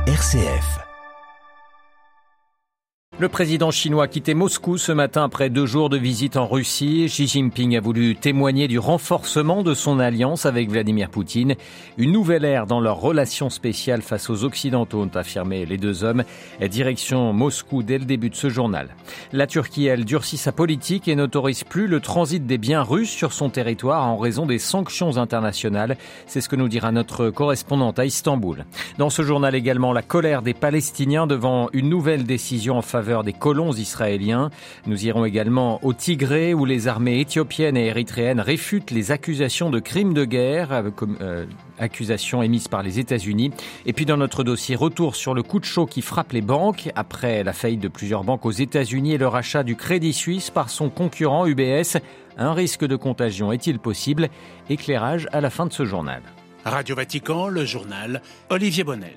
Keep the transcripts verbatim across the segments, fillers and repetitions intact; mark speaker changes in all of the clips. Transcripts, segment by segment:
Speaker 1: R C F.
Speaker 2: Le président chinois a quitté Moscou ce matin après deux jours de visite en Russie. Xi Jinping a voulu témoigner du renforcement de son alliance avec Vladimir Poutine. Une nouvelle ère dans leur relation spéciale face aux Occidentaux, ont affirmé les deux hommes. Direction Moscou dès le début de ce journal. La Turquie, elle, durcit sa politique et n'autorise plus le transit des biens russes sur son territoire en raison des sanctions internationales. C'est ce que nous dira notre correspondante à Istanbul. Dans ce journal également, la colère des Palestiniens devant une nouvelle décision en faveur des colons israéliens. Nous irons également au Tigré où les armées éthiopiennes et érythréennes réfutent les accusations de crimes de guerre, euh, euh, accusations émises par les États-Unis. Et puis dans notre dossier, retour sur le coup de chaud qui frappe les banques après la faillite de plusieurs banques aux États-Unis et le rachat du Crédit Suisse par son concurrent U B S. Un risque de contagion est-il possible? Éclairage à la fin de ce journal.
Speaker 3: Radio Vatican, le journal, Olivier Bonnel.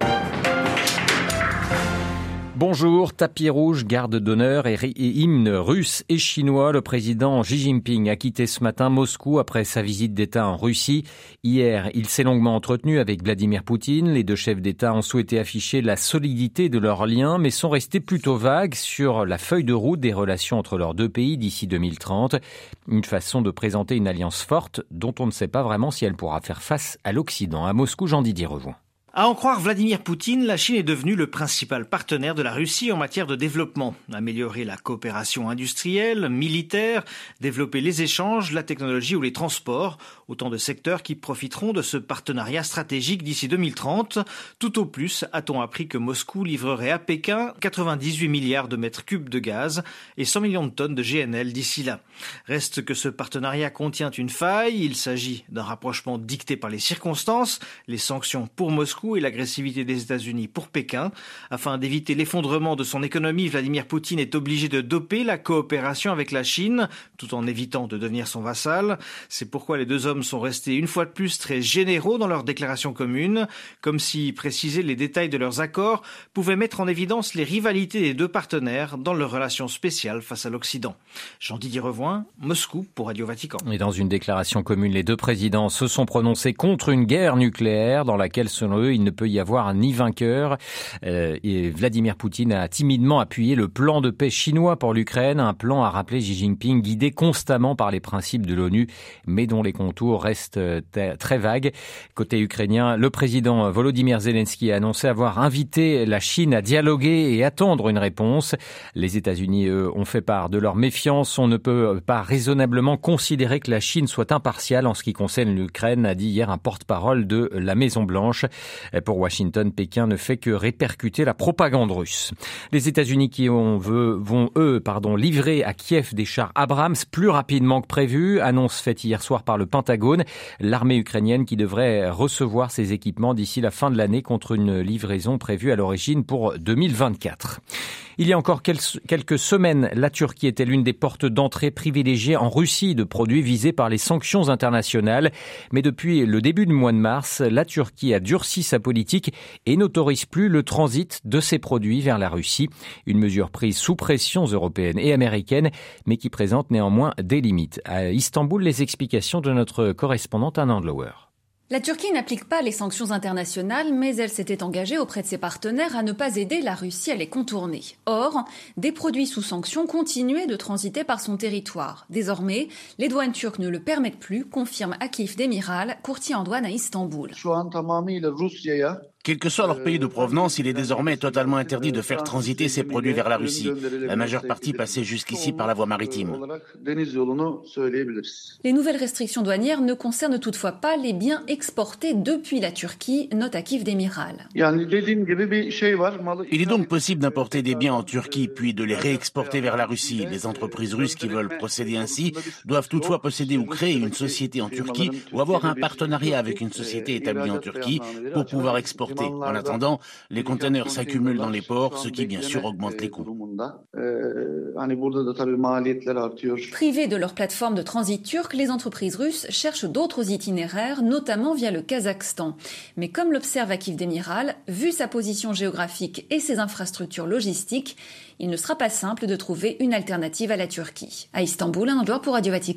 Speaker 2: Bonjour, tapis rouge, garde d'honneur et, et hymne russe et chinois. Le président Xi Jinping a quitté ce matin Moscou après sa visite d'État en Russie. Hier, il s'est longuement entretenu avec Vladimir Poutine. Les deux chefs d'État ont souhaité afficher la solidité de leurs liens, mais sont restés plutôt vagues sur la feuille de route des relations entre leurs deux pays d'ici deux mille trente. Une façon de présenter une alliance forte dont on ne sait pas vraiment si elle pourra faire face à l'Occident. À Moscou, Jean-Didier Revoin.
Speaker 4: À en croire Vladimir Poutine, la Chine est devenue le principal partenaire de la Russie en matière de développement. Améliorer la coopération industrielle, militaire, développer les échanges, la technologie ou les transports, autant de secteurs qui profiteront de ce partenariat stratégique d'ici deux mille trente. Tout au plus, a-t-on appris que Moscou livrerait à Pékin quatre-vingt-dix-huit milliards de mètres cubes de gaz et cent millions de tonnes de G N L d'ici là. Reste que ce partenariat contient une faille. Il s'agit d'un rapprochement dicté par les circonstances, les sanctions pour Moscou et l'agressivité des États-Unis pour Pékin. Afin d'éviter l'effondrement de son économie, Vladimir Poutine est obligé de doper la coopération avec la Chine, tout en évitant de devenir son vassal. C'est pourquoi les deux hommes sont restés une fois de plus très généraux dans leurs déclarations communes, comme si préciser les détails de leurs accords pouvait mettre en évidence les rivalités des deux partenaires dans leurs relations spéciales face à l'Occident. Jean-Didier Revoin, Moscou pour Radio Vatican.
Speaker 2: Et dans une déclaration commune, les deux présidents se sont prononcés contre une guerre nucléaire dans laquelle, selon eux, il ne peut y avoir ni vainqueur. Euh, et Vladimir Poutine a timidement appuyé le plan de paix chinois pour l'Ukraine, un plan, a rappelé Xi Jinping, guidé constamment par les principes de l'ONU, mais dont les contours restent t- très vagues. Côté ukrainien, le président Volodymyr Zelensky a annoncé avoir invité la Chine à dialoguer et attendre une réponse. Les États-Unis, eux, ont fait part de leur méfiance. On ne peut pas raisonnablement considérer que la Chine soit impartiale en ce qui concerne l'Ukraine, a dit hier un porte-parole de la Maison-Blanche. Pour Washington, Pékin ne fait que répercuter la propagande russe. Les États-Unis qui ont, veut, vont, eux, pardon, livrer à Kiev des chars Abrams plus rapidement que prévu. Annonce faite hier soir par le Pentagone. L'armée ukrainienne qui devrait recevoir ses équipements d'ici la fin de l'année contre une livraison prévue à l'origine pour deux mille vingt-quatre. Il y a encore quelques semaines, la Turquie était l'une des portes d'entrée privilégiées en Russie de produits visés par les sanctions internationales. Mais depuis le début du mois de mars, la Turquie a durci sa politique et n'autorise plus le transit de ces produits vers la Russie. Une mesure prise sous pression européenne et américaine, mais qui présente néanmoins des limites. À Istanbul, les explications de notre correspondante Anne Andlauer.
Speaker 5: La Turquie n'applique pas les sanctions internationales, mais elle s'était engagée auprès de ses partenaires à ne pas aider la Russie à les contourner. Or, des produits sous sanctions continuaient de transiter par son territoire. Désormais, les douanes turques ne le permettent plus, confirme Akif Demiral, courtier en douane à Istanbul.
Speaker 3: Quel que soit leur pays de provenance, il est désormais totalement interdit de faire transiter ces produits vers la Russie. La majeure partie passait jusqu'ici par la voie maritime.
Speaker 5: Les nouvelles restrictions douanières ne concernent toutefois pas les biens exportés depuis la Turquie, note Akif Demiral.
Speaker 3: Il est donc possible d'importer des biens en Turquie puis de les réexporter vers la Russie. Les entreprises russes qui veulent procéder ainsi doivent toutefois posséder ou créer une société en Turquie ou avoir un partenariat avec une société établie en Turquie pour pouvoir exporter. En attendant, les conteneurs s'accumulent dans les ports, ce qui bien sûr augmente les coûts.
Speaker 5: Privées de leur plateforme de transit turque, les entreprises russes cherchent d'autres itinéraires, notamment via le Kazakhstan. Mais comme l'observe Akif Demiral, vu sa position géographique et ses infrastructures logistiques, il ne sera pas simple de trouver une alternative à la Turquie. À Istanbul, un endroit pour Radio Vatican.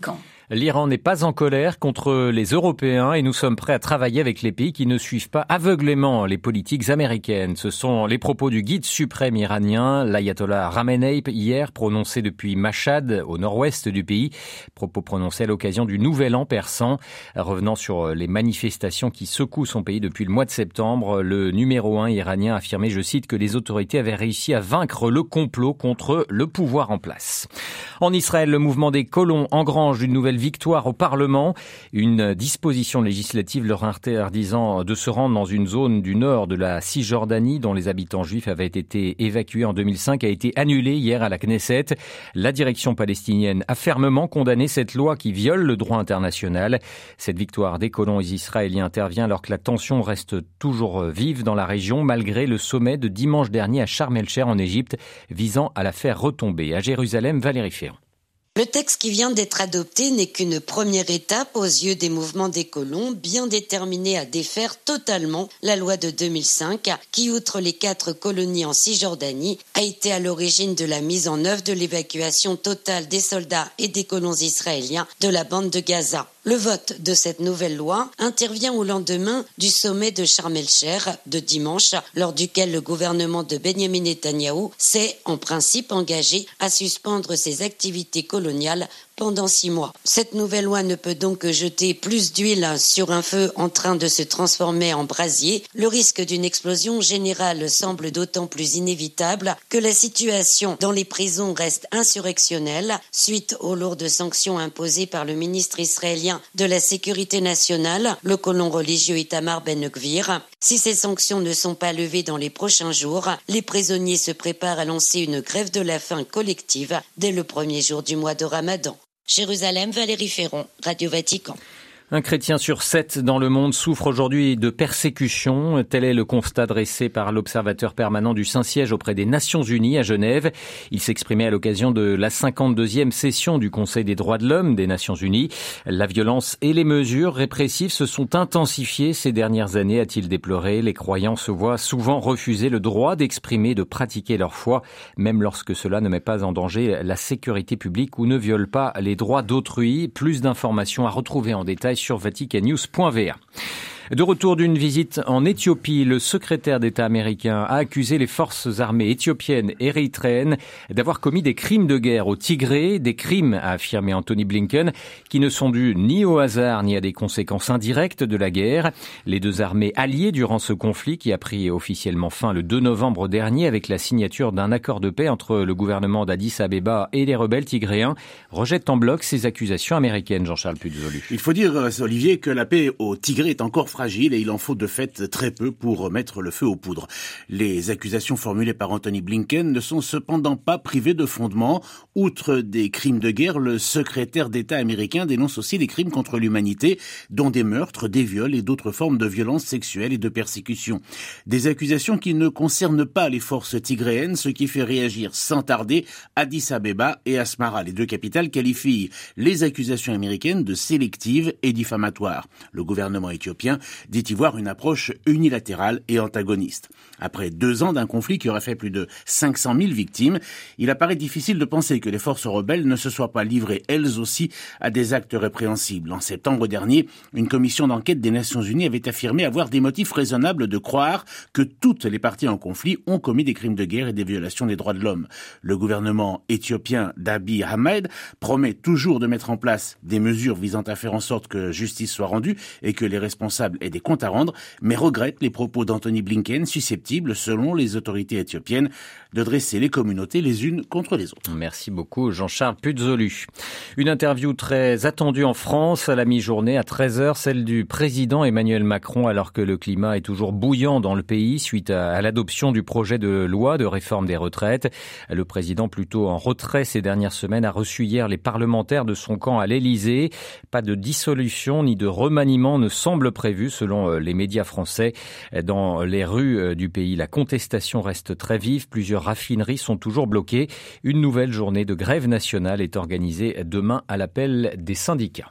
Speaker 2: L'Iran n'est pas en colère contre les Européens et nous sommes prêts à travailler avec les pays qui ne suivent pas aveuglément les politiques américaines. Ce sont les propos du guide suprême iranien, l'ayatollah Khamenei, hier prononcés depuis Mashhad, au nord-ouest du pays. Propos prononcés à l'occasion du Nouvel An persan. Revenant sur les manifestations qui secouent son pays depuis le mois de septembre, le numéro un iranien a affirmé, je cite, que les autorités avaient réussi à vaincre le complot contre le pouvoir en place. En Israël, le mouvement des colons engrange une nouvelle victoire au Parlement. Une disposition législative leur interdisant de se rendre dans une zone du nord de la Cisjordanie dont les habitants juifs avaient été évacués en deux mille cinq a été annulée hier à la Knesset. La direction palestinienne a fermement condamné cette loi qui viole le droit international. Cette victoire des colons israéliens intervient alors que la tension reste toujours vive dans la région malgré le sommet de dimanche dernier à Sharm el-Sheikh en Égypte visant à la faire retomber. À Jérusalem, Valérie Ferrand.
Speaker 1: Le texte qui vient d'être adopté n'est qu'une première étape aux yeux des mouvements des colons, bien déterminés à défaire totalement la loi de deux mille cinq, qui, outre les quatre colonies en Cisjordanie, a été à l'origine de la mise en œuvre de l'évacuation totale des soldats et des colons israéliens de la bande de Gaza. Le vote de cette nouvelle loi intervient au lendemain du sommet de Sharm el-Sheikh de dimanche, lors duquel le gouvernement de Benyamin Netanyahou s'est en principe engagé à suspendre ses activités coloniales pendant six mois. Cette nouvelle loi ne peut donc que jeter plus d'huile sur un feu en train de se transformer en brasier. Le risque d'une explosion générale semble d'autant plus inévitable que la situation dans les prisons reste insurrectionnelle suite aux lourdes sanctions imposées par le ministre israélien de la Sécurité nationale, le colon religieux Itamar Ben-Gvir. Si ces sanctions ne sont pas levées dans les prochains jours, les prisonniers se préparent à lancer une grève de la faim collective dès le premier jour du mois de Ramadan. Jérusalem, Valérie Ferron, Radio Vatican.
Speaker 2: Un chrétien sur sept dans le monde souffre aujourd'hui de persécutions. Tel est le constat dressé par l'observateur permanent du Saint-Siège auprès des Nations Unies à Genève. Il s'exprimait à l'occasion de la cinquante-deuxième session du Conseil des droits de l'homme des Nations Unies. La violence et les mesures répressives se sont intensifiées ces dernières années, a-t-il déploré. Les croyants se voient souvent refuser le droit d'exprimer, de pratiquer leur foi, même lorsque cela ne met pas en danger la sécurité publique ou ne viole pas les droits d'autrui. Plus d'informations à retrouver en détail sur vaticannews point v a. De retour d'une visite en Éthiopie, le secrétaire d'État américain a accusé les forces armées éthiopiennes et érythréennes d'avoir commis des crimes de guerre au Tigré, des crimes, a affirmé Anthony Blinken, qui ne sont dus ni au hasard ni à des conséquences indirectes de la guerre. Les deux armées alliées durant ce conflit, qui a pris officiellement fin le deux novembre dernier avec la signature d'un accord de paix entre le gouvernement d'Addis Abeba et les rebelles tigréens, rejettent en bloc ces accusations américaines. Jean-Charles Puzolu.
Speaker 3: Il faut dire, Olivier, que la paix au Tigré est encore fragile et il en faut de fait très peu pour mettre le feu aux poudres. Les accusations formulées par Anthony Blinken ne sont cependant pas privées de fondement. Outre des crimes de guerre, le secrétaire d'État américain dénonce aussi des crimes contre l'humanité, dont des meurtres, des viols et d'autres formes de violences sexuelles et de persécutions. Des accusations qui ne concernent pas les forces tigréennes, ce qui fait réagir sans tarder Addis Abeba et Asmara. Les deux capitales qualifient les accusations américaines de sélectives et diffamatoires. Le gouvernement éthiopien dit y voir une approche unilatérale et antagoniste. Après deux ans d'un conflit qui aurait fait plus de cinq cent mille victimes, il apparaît difficile de penser que les forces rebelles ne se soient pas livrées elles aussi à des actes répréhensibles. En septembre dernier, une commission d'enquête des Nations Unies avait affirmé avoir des motifs raisonnables de croire que toutes les parties en conflit ont commis des crimes de guerre et des violations des droits de l'homme. Le gouvernement éthiopien d'Abiy Ahmed promet toujours de mettre en place des mesures visant à faire en sorte que justice soit rendue et que les responsables aient des comptes à rendre, mais regrette les propos d'Anthony Blinken susceptibles, selon les autorités éthiopiennes, de dresser les communautés les unes contre les autres.
Speaker 2: Merci beaucoup Jean-Charles Puzolu. Une interview très attendue en France à la mi-journée à treize heures, celle du président Emmanuel Macron, alors que le climat est toujours bouillant dans le pays suite à, à l'adoption du projet de loi de réforme des retraites. Le président, plutôt en retrait ces dernières semaines, a reçu hier les parlementaires de son camp à l'Élysée. Pas de dissolution ni de remaniement ne semble prévu selon les médias français. Dans les rues du pays, la contestation reste très vive. Plusieurs raffineries sont toujours bloquées. Une nouvelle journée de grève nationale est organisée demain à l'appel des syndicats.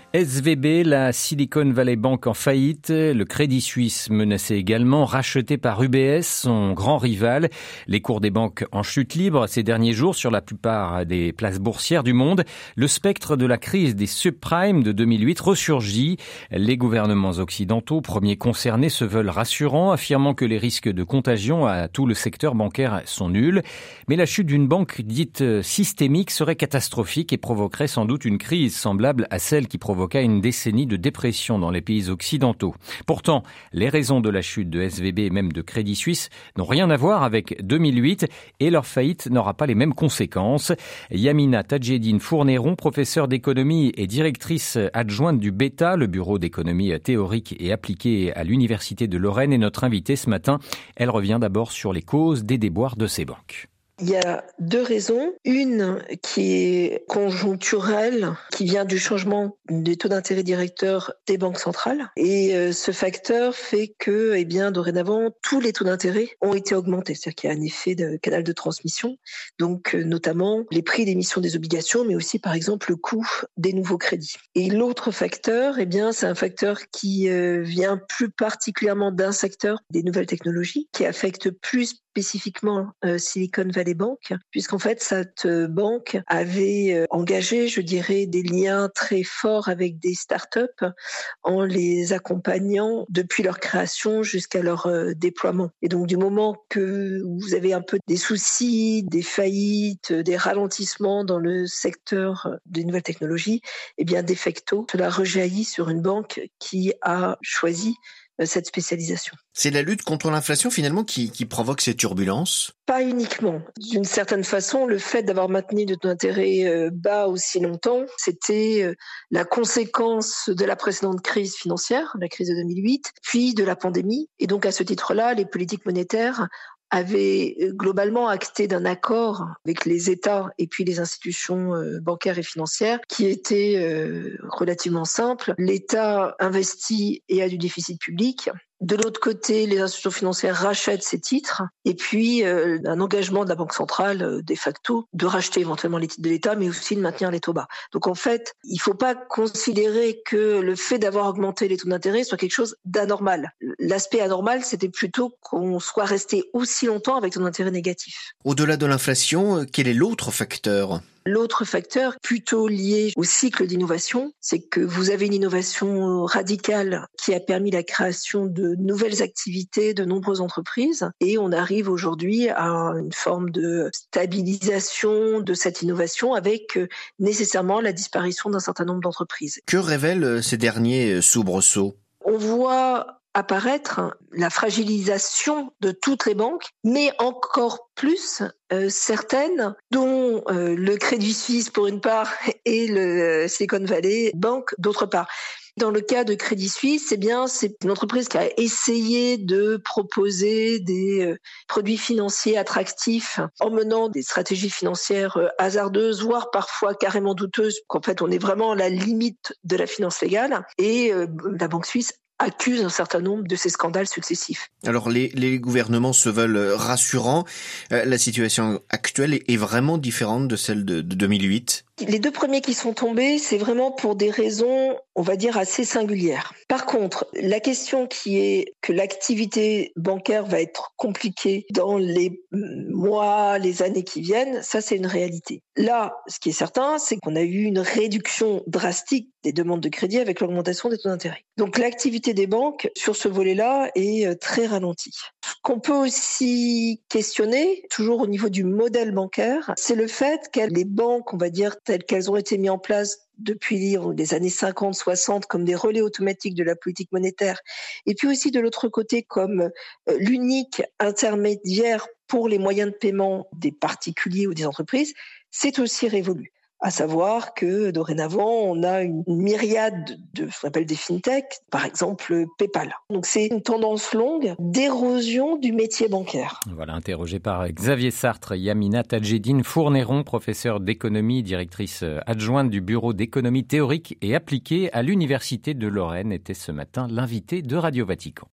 Speaker 2: S V B, la Silicon Valley Bank en faillite, le Crédit Suisse menacé également, racheté par U B S, son grand rival. Les cours des banques en chute libre ces derniers jours sur la plupart des places boursières du monde. Le spectre de la crise des subprimes de deux mille huit ressurgit. Les gouvernements occidentaux, premiers concernés, se veulent rassurants, affirmant que les risques de contagion à tout le secteur bancaire sont nuls. Mais la chute d'une banque dite systémique serait catastrophique et provoquerait sans doute une crise semblable à celle qui provoqua une décennie de dépression dans les pays occidentaux. Pourtant, les raisons de la chute de S V B et même de Crédit Suisse n'ont rien à voir avec deux mille huit et leur faillite n'aura pas les mêmes conséquences. Yamina Tadjeddine Fournéron, professeure d'économie et directrice adjointe du BETA, le bureau d'économie théorique et appliquée à l'Université de Lorraine, est notre invitée ce matin. Elle revient d'abord sur les causes des déboires de ces banques.
Speaker 6: Il y a deux raisons. Une qui est conjoncturelle, qui vient du changement des taux d'intérêt directeurs des banques centrales. Et euh, ce facteur fait que, eh bien, dorénavant, tous les taux d'intérêt ont été augmentés. C'est-à-dire qu'il y a un effet de canal de transmission. Donc, euh, notamment les prix d'émission des obligations, mais aussi, par exemple, le coût des nouveaux crédits. Et l'autre facteur, eh bien, c'est un facteur qui euh, vient plus particulièrement d'un secteur des nouvelles technologies, qui affecte plus spécifiquement euh, Silicon Valley Bank, puisqu'en fait, cette euh, banque avait euh, engagé, je dirais, des liens très forts avec des startups en les accompagnant depuis leur création jusqu'à leur euh, déploiement. Et donc, du moment que vous avez un peu des soucis, des faillites, des ralentissements dans le secteur des nouvelles technologies, eh bien, de facto, cela rejaillit sur une banque qui a choisi cette spécialisation.
Speaker 7: C'est la lutte contre l'inflation finalement qui, qui provoque ces turbulences ?
Speaker 6: Pas uniquement. D'une certaine façon, le fait d'avoir maintenu des taux d'intérêt bas aussi longtemps, c'était la conséquence de la précédente crise financière, la crise de deux mille huit, puis de la pandémie. Et donc à ce titre-là, les politiques monétaires avait globalement acté d'un accord avec les États et puis les institutions bancaires et financières qui était relativement simple. L'État investit et a du déficit public. De l'autre côté, les institutions financières rachètent ces titres et puis euh, un engagement de la Banque centrale, euh, de facto, de racheter éventuellement les titres de l'État, mais aussi de maintenir les taux bas. Donc en fait, il ne faut pas considérer que le fait d'avoir augmenté les taux d'intérêt soit quelque chose d'anormal. L'aspect anormal, c'était plutôt qu'on soit resté aussi longtemps avec taux d'intérêt négatifs.
Speaker 7: Au-delà de l'inflation, quel est l'autre facteur ?
Speaker 6: L'autre facteur, plutôt lié au cycle d'innovation, c'est que vous avez une innovation radicale qui a permis la création de nouvelles activités de nombreuses entreprises et on arrive aujourd'hui à une forme de stabilisation de cette innovation avec nécessairement la disparition d'un certain nombre d'entreprises.
Speaker 7: Que révèlent ces derniers soubresauts ?
Speaker 6: On voit apparaître la fragilisation de toutes les banques, mais encore plus euh, certaines, dont euh, le Crédit Suisse pour une part et le Silicon Valley Bank d'autre part. Dans le cas de Crédit Suisse, eh bien, c'est une entreprise qui a essayé de proposer des euh, produits financiers attractifs en menant des stratégies financières euh, hasardeuses, voire parfois carrément douteuses, qu'en fait, on est vraiment à la limite de la finance légale. Et euh, la Banque suisse accuse un certain nombre de ces scandales successifs.
Speaker 7: Alors les, les gouvernements se veulent rassurants. Euh, la situation actuelle est, est vraiment différente de celle de, de deux mille huit.
Speaker 6: Les deux premiers qui sont tombés, c'est vraiment pour des raisons, on va dire, assez singulières. Par contre, la question qui est que l'activité bancaire va être compliquée dans les mois, les années qui viennent, ça c'est une réalité. Là, ce qui est certain, c'est qu'on a eu une réduction drastique des demandes de crédit avec l'augmentation des taux d'intérêt. Donc l'activité des banques sur ce volet-là est très ralentie. Ce qu'on peut aussi questionner, toujours au niveau du modèle bancaire, c'est le fait que les banques, on va dire, telles qu'elles ont été mises en place depuis les années cinquante soixante comme des relais automatiques de la politique monétaire, et puis aussi de l'autre côté comme l'unique intermédiaire pour les moyens de paiement des particuliers ou des entreprises, c'est aussi révolu. À savoir que dorénavant, on a une myriade de ce qu'on appelle des fintechs, par exemple PayPal. Donc c'est une tendance longue d'érosion du métier bancaire.
Speaker 2: Voilà, interrogé par Xavier Sartre, Yamina Tadjeddine Fournéron, professeure d'économie, directrice adjointe du bureau d'économie théorique et appliquée à l'Université de Lorraine, était ce matin l'invité de Radio Vatican.